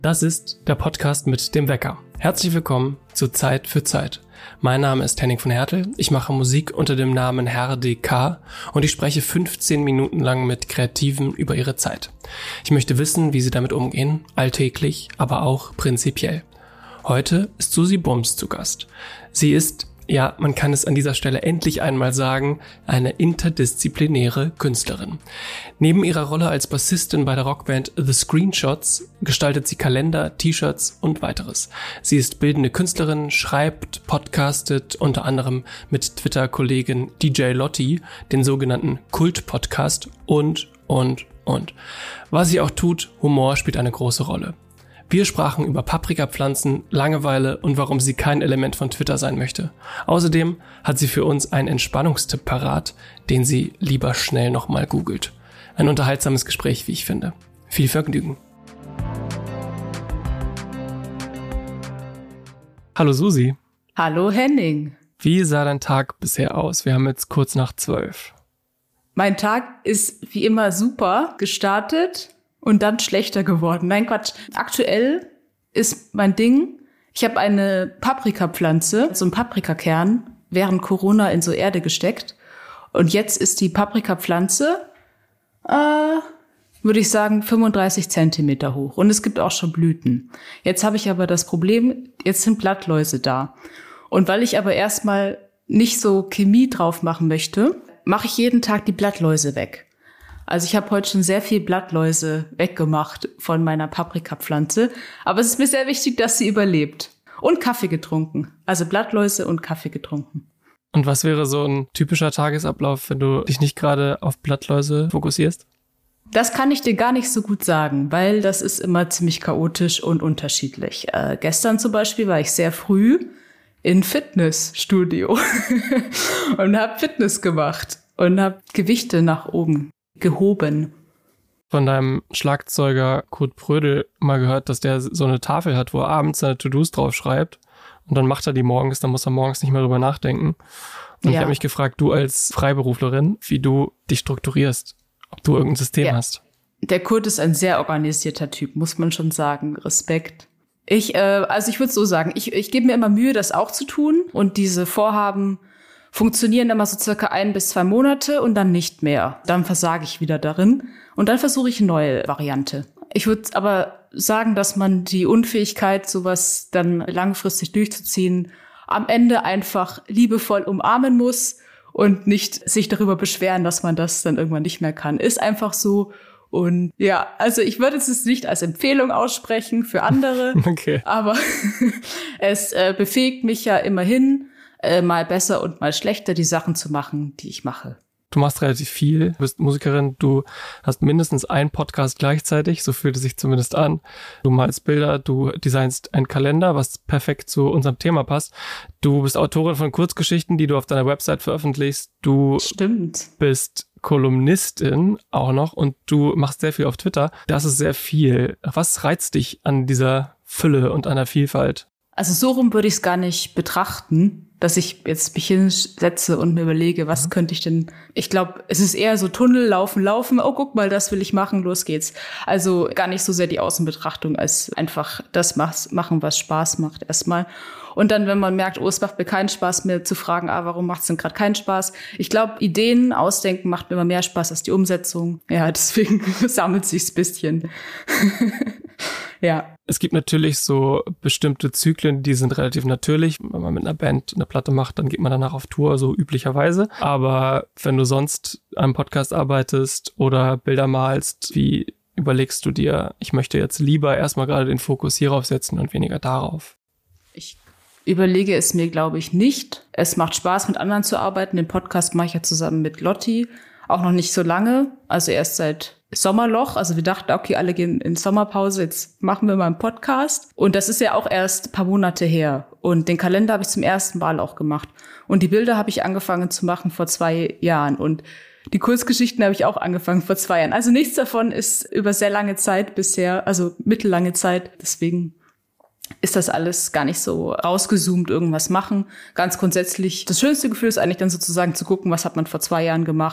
Das ist der Podcast mit dem Wecker. Herzlich willkommen zu Zeit für Zeit. Mein Name ist Henning von Hertel. Ich mache Musik unter dem Namen Herr DK und ich spreche 15 Minuten lang mit Kreativen über ihre Zeit. Ich möchte wissen, wie sie damit umgehen, alltäglich, aber auch prinzipiell. Heute ist Susi Bums zu Gast. Sie ist, ja, man kann es an dieser Stelle endlich einmal sagen, eine interdisziplinäre Künstlerin. Neben ihrer Rolle als Bassistin bei der Rockband The Screenshots gestaltet sie Kalender, T-Shirts und weiteres. Sie ist bildende Künstlerin, schreibt, podcastet unter anderem mit Twitter-Kollegin DJ Lotti, den sogenannten Kult-Podcast und. Was sie auch tut, Humor spielt eine große Rolle. Wir sprachen über Paprikapflanzen, Langeweile und warum sie kein Element von Twitter sein möchte. Außerdem hat sie für uns einen Entspannungstipp parat, den sie lieber schnell nochmal googelt. Ein unterhaltsames Gespräch, wie ich finde. Viel Vergnügen. Hallo Susi. Hallo Henning. Wie sah dein Tag bisher aus? Wir haben jetzt kurz nach 12. Mein Tag ist wie immer super gestartet. Und dann schlechter geworden. Nein, Quatsch. Aktuell ist mein Ding, ich habe eine Paprikapflanze, so einen Paprikakern, während Corona in so Erde gesteckt. Und jetzt ist die Paprikapflanze, würde ich sagen, 35 Zentimeter hoch. Und es gibt auch schon Blüten. Jetzt habe ich aber das Problem, jetzt sind Blattläuse da. Und weil ich aber erstmal nicht so Chemie drauf machen möchte, mache ich jeden Tag die Blattläuse weg. Also ich habe heute schon sehr viel Blattläuse weggemacht von meiner Paprikapflanze. Aber es ist mir sehr wichtig, dass sie überlebt. Und Kaffee getrunken. Also Blattläuse und Kaffee getrunken. Und was wäre so ein typischer Tagesablauf, wenn du dich nicht gerade auf Blattläuse fokussierst? Das kann ich dir gar nicht so gut sagen, weil das ist immer ziemlich chaotisch und unterschiedlich. Gestern zum Beispiel war ich sehr früh in Fitnessstudio und habe Fitness gemacht und habe Gewichte nach oben gehoben. Von deinem Schlagzeuger Kurt Brödel mal gehört, dass der so eine Tafel hat, wo er abends seine To-Dos drauf schreibt und dann macht er die morgens, dann muss er morgens nicht mehr drüber nachdenken. Und Ich habe mich gefragt, du als Freiberuflerin, wie du dich strukturierst, ob du irgendein System hast. Der Kurt ist ein sehr organisierter Typ, muss man schon sagen. Respekt. Ich würde so sagen, ich gebe mir immer Mühe, das auch zu tun und diese Vorhaben funktionieren immer so circa 1 bis 2 Monate und dann nicht mehr. Dann versage ich wieder darin und dann versuche ich eine neue Variante. Ich würde aber sagen, dass man die Unfähigkeit, sowas dann langfristig durchzuziehen, am Ende einfach liebevoll umarmen muss und nicht sich darüber beschweren, dass man das dann irgendwann nicht mehr kann. Ist einfach so. Und ja, also ich würde es nicht als Empfehlung aussprechen für andere, okay. Aber es befähigt mich ja immerhin, mal besser und mal schlechter die Sachen zu machen, die ich mache. Du machst relativ viel, du bist Musikerin, du hast mindestens einen Podcast gleichzeitig, so fühlt es sich zumindest an. Du malst Bilder, du designst einen Kalender, was perfekt zu unserem Thema passt. Du bist Autorin von Kurzgeschichten, die du auf deiner Website veröffentlichst. Du bist Kolumnistin auch noch und du machst sehr viel auf Twitter. Das ist sehr viel. Was reizt dich an dieser Fülle und an der Vielfalt? Also so rum würde ich es gar nicht betrachten, dass ich jetzt mich hinsetze und mir überlege, was könnte ich denn. Ich glaube, es ist eher so Tunnel, laufen. Oh, guck mal, das will ich machen, los geht's. Also gar nicht so sehr die Außenbetrachtung, als einfach das machen, was Spaß macht erstmal. Und dann, wenn man merkt, oh, es macht mir keinen Spaß mehr, zu fragen, warum macht es denn gerade keinen Spaß? Ich glaube, Ideen ausdenken macht mir immer mehr Spaß als die Umsetzung. Ja, deswegen sammelt sich's ein bisschen. Ja. Es gibt natürlich so bestimmte Zyklen, die sind relativ natürlich. Wenn man mit einer Band eine Platte macht, dann geht man danach auf Tour, so üblicherweise. Aber wenn du sonst an einem Podcast arbeitest oder Bilder malst, wie überlegst du dir, ich möchte jetzt lieber erstmal gerade den Fokus hierauf setzen und weniger darauf? Ich überlege es mir, glaube ich, nicht. Es macht Spaß, mit anderen zu arbeiten. Den Podcast mache ich ja zusammen mit Lotti. Auch noch nicht so lange, also erst seit Sommerloch. Also wir dachten, okay, alle gehen in Sommerpause, jetzt machen wir mal einen Podcast. Und das ist ja auch erst ein paar Monate her. Und den Kalender habe ich zum ersten Mal auch gemacht. Und die Bilder habe ich angefangen zu machen vor 2 Jahren. Und die Kurzgeschichten habe ich auch angefangen vor 2 Jahren. Also nichts davon ist über sehr lange Zeit bisher, also mittellange Zeit. Deswegen ist das alles gar nicht so rausgezoomt, irgendwas machen. Ganz grundsätzlich, das schönste Gefühl ist eigentlich dann sozusagen zu gucken, was hat man vor 2 Jahren gemacht.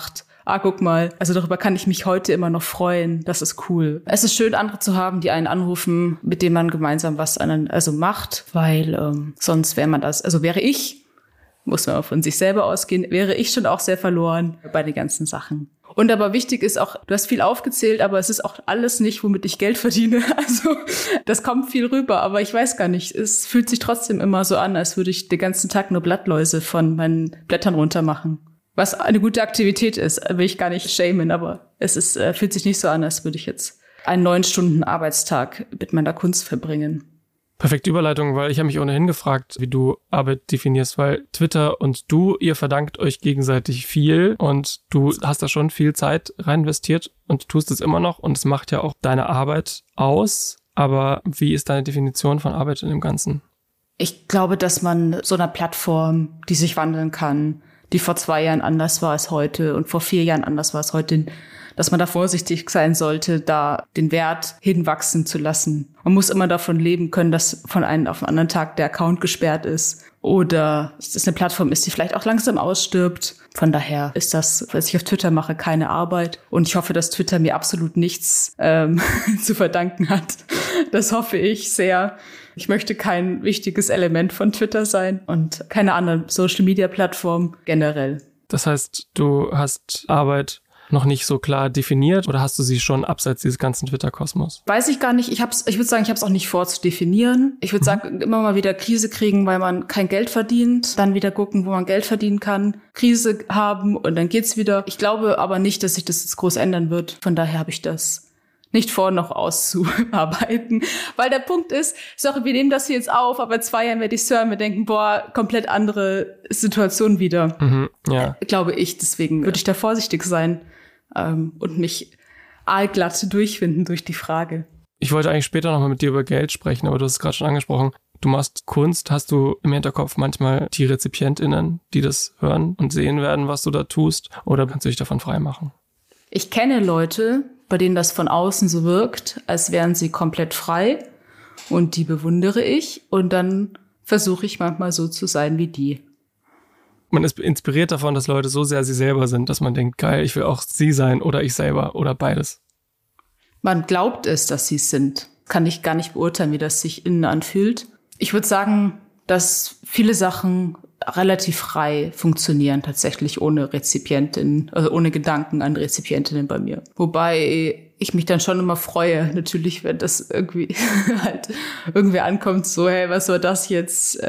guck mal, also darüber kann ich mich heute immer noch freuen. Das ist cool. Es ist schön, andere zu haben, die einen anrufen, mit denen man gemeinsam was macht, weil sonst wäre ich, muss man auch von sich selber ausgehen, wäre ich schon auch sehr verloren bei den ganzen Sachen. Und aber wichtig ist auch, du hast viel aufgezählt, aber es ist auch alles nicht, womit ich Geld verdiene. Also das kommt viel rüber, aber ich weiß gar nicht. Es fühlt sich trotzdem immer so an, als würde ich den ganzen Tag nur Blattläuse von meinen Blättern runter machen. Was eine gute Aktivität ist, will ich gar nicht shamen, aber fühlt sich nicht so an, als würde ich jetzt einen 9-Stunden-Arbeitstag mit meiner Kunst verbringen. Perfekte Überleitung, weil ich habe mich ohnehin gefragt, wie du Arbeit definierst, weil Twitter und ihr verdankt euch gegenseitig viel und du hast da schon viel Zeit rein investiert und tust es immer noch und es macht ja auch deine Arbeit aus. Aber wie ist deine Definition von Arbeit in dem Ganzen? Ich glaube, dass man so einer Plattform, die sich wandeln kann, die vor 2 Jahren anders war als heute und vor 4 Jahren anders war als heute, dass man da vorsichtig sein sollte, da den Wert hinwachsen zu lassen. Man muss immer davon leben können, dass von einem auf den anderen Tag der Account gesperrt ist oder dass es eine Plattform ist, die vielleicht auch langsam ausstirbt. Von daher ist das, was ich auf Twitter mache, keine Arbeit. Und ich hoffe, dass Twitter mir absolut nichts zu verdanken hat. Das hoffe ich sehr. Ich möchte kein wichtiges Element von Twitter sein und keine anderen Social-Media-Plattform generell. Das heißt, du hast Arbeit noch nicht so klar definiert oder hast du sie schon abseits dieses ganzen Twitter-Kosmos? Weiß ich gar nicht. Ich würde sagen, ich habe es auch nicht vor zu definieren. Ich würde sagen, immer mal wieder Krise kriegen, weil man kein Geld verdient. Dann wieder gucken, wo man Geld verdienen kann. Krise haben und dann geht's wieder. Ich glaube aber nicht, dass sich das jetzt groß ändern wird. Von daher habe ich das nicht vor, noch auszuarbeiten. Weil der Punkt ist, sorry, wir nehmen das hier jetzt auf, aber in 2 Jahren werde ich es hören, wir denken, komplett andere Situation wieder. Ja. Glaube ich. Deswegen würde ich da vorsichtig sein. Und mich aalglatt durchfinden durch die Frage. Ich wollte eigentlich später nochmal mit dir über Geld sprechen, aber du hast es gerade schon angesprochen. Du machst Kunst, hast du im Hinterkopf manchmal die RezipientInnen, die das hören und sehen werden, was du da tust, oder kannst du dich davon freimachen? Ich kenne Leute, bei denen das von außen so wirkt, als wären sie komplett frei und die bewundere ich und dann versuche ich manchmal so zu sein wie die. Man ist inspiriert davon, dass Leute so sehr sie selber sind, dass man denkt, geil, ich will auch sie sein oder ich selber oder beides. Man glaubt es, dass sie es sind. Kann ich gar nicht beurteilen, wie das sich innen anfühlt. Ich würde sagen, dass viele Sachen relativ frei funktionieren, tatsächlich ohne Rezipientin, also ohne Gedanken an Rezipientinnen bei mir. Wobei ich mich dann schon immer freue, natürlich, wenn das irgendwie halt irgendwer ankommt, so, hey, was war das jetzt?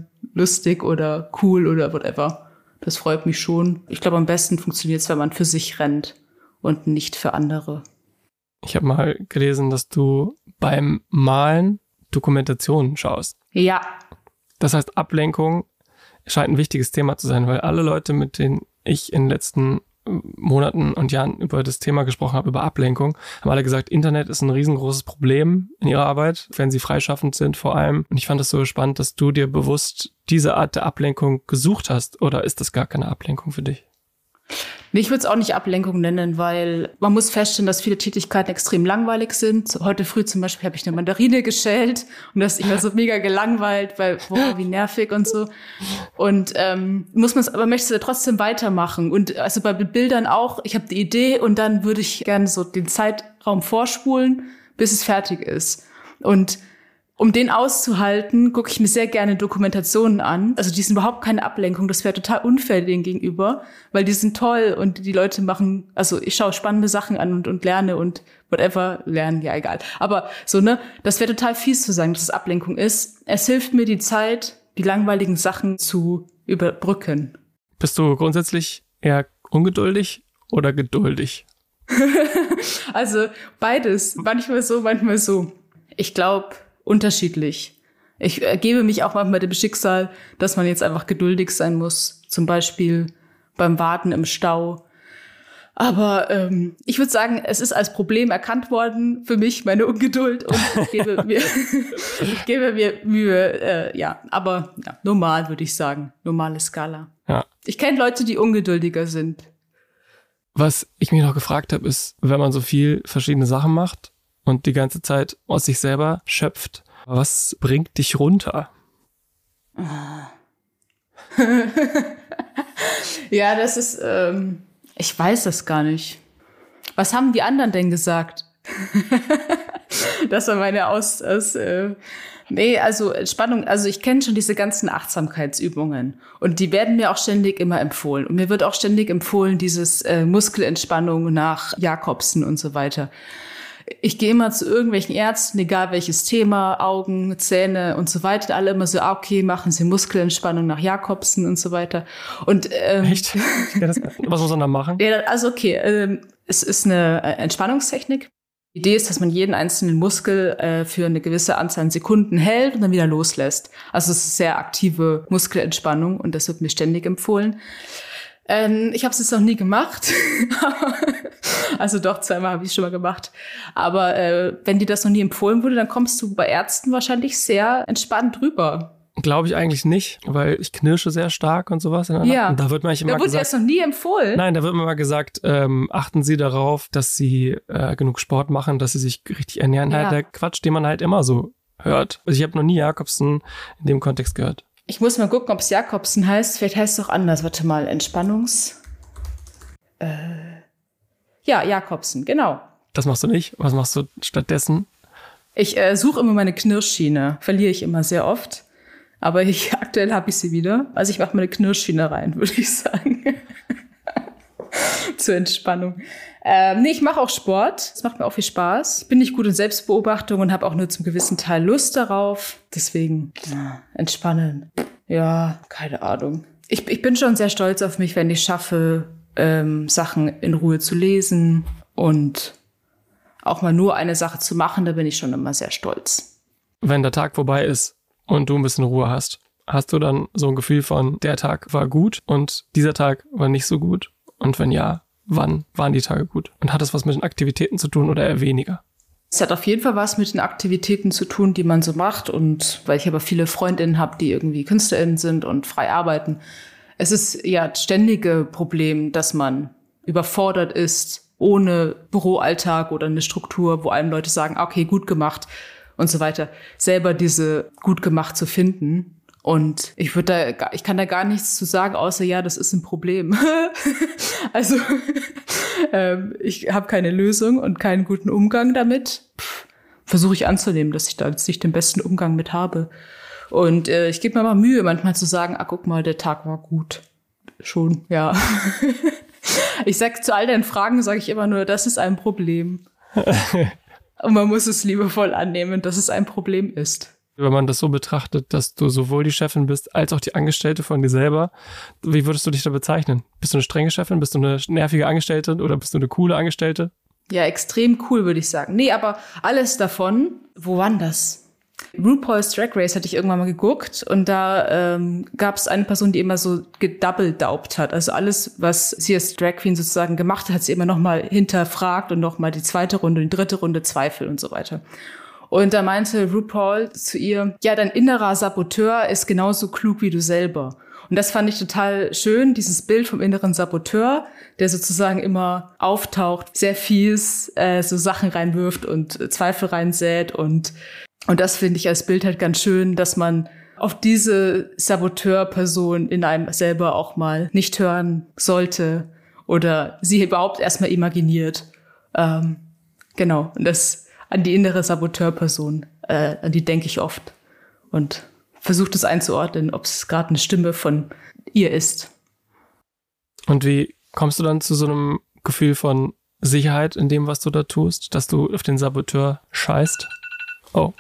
Lustig oder cool oder whatever. Das freut mich schon. Ich glaube, am besten funktioniert es, wenn man für sich rennt und nicht für andere. Ich habe mal gelesen, dass du beim Malen Dokumentationen schaust. Ja. Das heißt, Ablenkung scheint ein wichtiges Thema zu sein, weil alle Leute, mit denen ich in den letzten Monaten und Jahren über das Thema gesprochen habe, über Ablenkung, haben alle gesagt, Internet ist ein riesengroßes Problem in ihrer Arbeit, wenn sie freischaffend sind vor allem. Und ich fand es so spannend, dass du dir bewusst diese Art der Ablenkung gesucht hast. Oder ist das gar keine Ablenkung für dich? Nee, ich würde es auch nicht Ablenkung nennen, weil man muss feststellen, dass viele Tätigkeiten extrem langweilig sind. Heute früh zum Beispiel habe ich eine Mandarine geschält und das ist immer so mega gelangweilt, weil wie nervig und so. Und aber möchte trotzdem weitermachen. Und also bei Bildern auch, ich habe die Idee und dann würde ich gerne so den Zeitraum vorspulen, bis es fertig ist. Und um den auszuhalten, gucke ich mir sehr gerne Dokumentationen an. Also die sind überhaupt keine Ablenkung. Das wäre total unfair denen gegenüber, weil die sind toll und die Leute machen, also ich schaue spannende Sachen an und lerne und whatever, lernen, ja egal. Aber so, das wäre total fies zu sagen, dass es Ablenkung ist. Es hilft mir die Zeit, die langweiligen Sachen zu überbrücken. Bist du grundsätzlich eher ungeduldig oder geduldig? Also beides. Manchmal so, manchmal so. Ich glaube, unterschiedlich. Ich ergebe mich auch manchmal dem Schicksal, dass man jetzt einfach geduldig sein muss. Zum Beispiel beim Warten im Stau. Aber ich würde sagen, es ist als Problem erkannt worden für mich, meine Ungeduld. Und ich gebe mir Mühe. Aber normal würde ich sagen. Normale Skala. Ja. Ich kenne Leute, die ungeduldiger sind. Was ich mich noch gefragt habe, ist, wenn man so viel verschiedene Sachen macht und die ganze Zeit aus sich selber schöpft, was bringt dich runter? Ja, das ist Ich weiß das gar nicht. Was haben die anderen denn gesagt? Das war meine Entspannung. Also ich kenne schon diese ganzen Achtsamkeitsübungen und die werden mir auch ständig immer empfohlen. Und mir wird auch ständig empfohlen, dieses Muskelentspannung nach Jakobsen und so weiter. Ich gehe immer zu irgendwelchen Ärzten, egal welches Thema, Augen, Zähne und so weiter, alle immer so, okay, machen Sie Muskelentspannung nach Jakobsen und so weiter. Und echt? Was muss man da machen? Ja, also okay, es ist eine Entspannungstechnik. Die Idee ist, dass man jeden einzelnen Muskel für eine gewisse Anzahl an Sekunden hält und dann wieder loslässt. Also es ist sehr aktive Muskelentspannung und das wird mir ständig empfohlen. Ich habe es jetzt noch nie gemacht. Also doch, 2-mal habe ich es schon mal gemacht. Aber wenn dir das noch nie empfohlen wurde, dann kommst du bei Ärzten wahrscheinlich sehr entspannt rüber. Glaube ich eigentlich nicht, weil ich knirsche sehr stark und sowas. Ja. Und da wird mir immer gesagt... Da wurde dir das noch nie empfohlen? Nein, da wird mir mal gesagt, achten Sie darauf, dass Sie genug Sport machen, dass Sie sich richtig ernähren. Ja. Halt der Quatsch, den man halt immer so hört. Also ich habe noch nie Jakobsen in dem Kontext gehört. Ich muss mal gucken, ob es Jakobsen heißt. Vielleicht heißt es auch anders. Warte mal, Ja, Jakobsen, genau. Das machst du nicht. Was machst du stattdessen? Ich suche immer meine Knirschschiene. Verliere ich immer sehr oft. Aber aktuell habe ich sie wieder. Also ich mache meine Knirschschiene rein, würde ich sagen. Zur Entspannung. Ich mache auch Sport. Das macht mir auch viel Spaß. Ich bin nicht gut in Selbstbeobachtung und habe auch nur zum gewissen Teil Lust darauf. Deswegen entspannen. Ja, keine Ahnung. Ich bin schon sehr stolz auf mich, wenn ich schaffe, Sachen in Ruhe zu lesen und auch mal nur eine Sache zu machen. Da bin ich schon immer sehr stolz. Wenn der Tag vorbei ist und du ein bisschen Ruhe hast du dann so ein Gefühl von, der Tag war gut und dieser Tag war nicht so gut? Und wenn ja, wann waren die Tage gut? Und hat es was mit den Aktivitäten zu tun oder eher weniger? Es hat auf jeden Fall was mit den Aktivitäten zu tun, die man so macht. Und weil ich aber viele Freundinnen habe, die irgendwie KünstlerInnen sind und frei arbeiten. Es ist ja das ständige Problem, dass man überfordert ist, ohne Büroalltag oder eine Struktur, wo einem Leute sagen, okay, gut gemacht und so weiter, selber diese gut gemacht zu finden. Und ich kann da gar nichts zu sagen, außer ja, das ist ein Problem. Also ich habe keine Lösung und keinen guten Umgang damit. Versuche ich anzunehmen, dass ich da jetzt nicht den besten Umgang mit habe. Und ich gebe mir mal Mühe, manchmal zu sagen, guck mal, der Tag war gut. Schon, ja. Ich sag zu all deinen Fragen, sage ich immer nur, das ist ein Problem. Und man muss es liebevoll annehmen, dass es ein Problem ist. Wenn man das so betrachtet, dass du sowohl die Chefin bist, als auch die Angestellte von dir selber, wie würdest du dich da bezeichnen? Bist du eine strenge Chefin? Bist du eine nervige Angestellte? Oder bist du eine coole Angestellte? Ja, extrem cool, würde ich sagen. Nee, aber alles davon, wo war das? RuPaul's Drag Race hatte ich irgendwann mal geguckt und da gab es eine Person, die immer so gedoubledaubt hat. Also alles, was sie als Drag Queen sozusagen gemacht hat, hat sie immer noch mal hinterfragt und noch mal die zweite Runde, die dritte Runde Zweifel und so weiter. Und da meinte RuPaul zu ihr, ja, dein innerer Saboteur ist genauso klug wie du selber. Und das fand ich total schön, dieses Bild vom inneren Saboteur, der sozusagen immer auftaucht, sehr fies, so Sachen reinwirft und Zweifel reinsät. Und das finde ich als Bild halt ganz schön, dass man auf diese Saboteurperson in einem selber auch mal nicht hören sollte oder sie überhaupt erstmal imaginiert. Genau, und das an die innere Saboteurperson, an die denke ich oft und versuche das einzuordnen, ob es gerade eine Stimme von ihr ist. Und wie kommst du dann zu so einem Gefühl von Sicherheit in dem, was du da tust, dass du auf den Saboteur scheißt? Oh,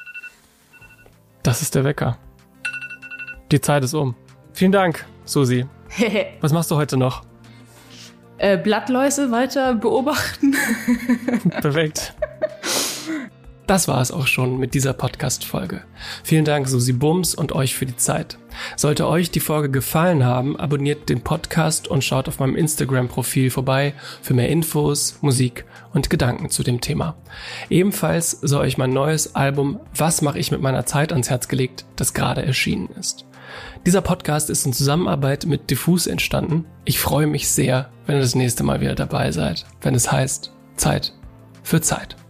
das ist der Wecker. Die Zeit ist um. Vielen Dank, Susi. Was machst du heute noch? Blattläuse weiter beobachten. Perfekt. Das war es auch schon mit dieser Podcast-Folge. Vielen Dank, Susi Bums, und euch für die Zeit. Sollte euch die Folge gefallen haben, abonniert den Podcast und schaut auf meinem Instagram-Profil vorbei für mehr Infos, Musik und Gedanken zu dem Thema. Ebenfalls soll euch mein neues Album Was mache ich mit meiner Zeit ans Herz gelegt, das gerade erschienen ist. Dieser Podcast ist in Zusammenarbeit mit Diffus entstanden. Ich freue mich sehr, wenn ihr das nächste Mal wieder dabei seid, wenn es heißt Zeit für Zeit.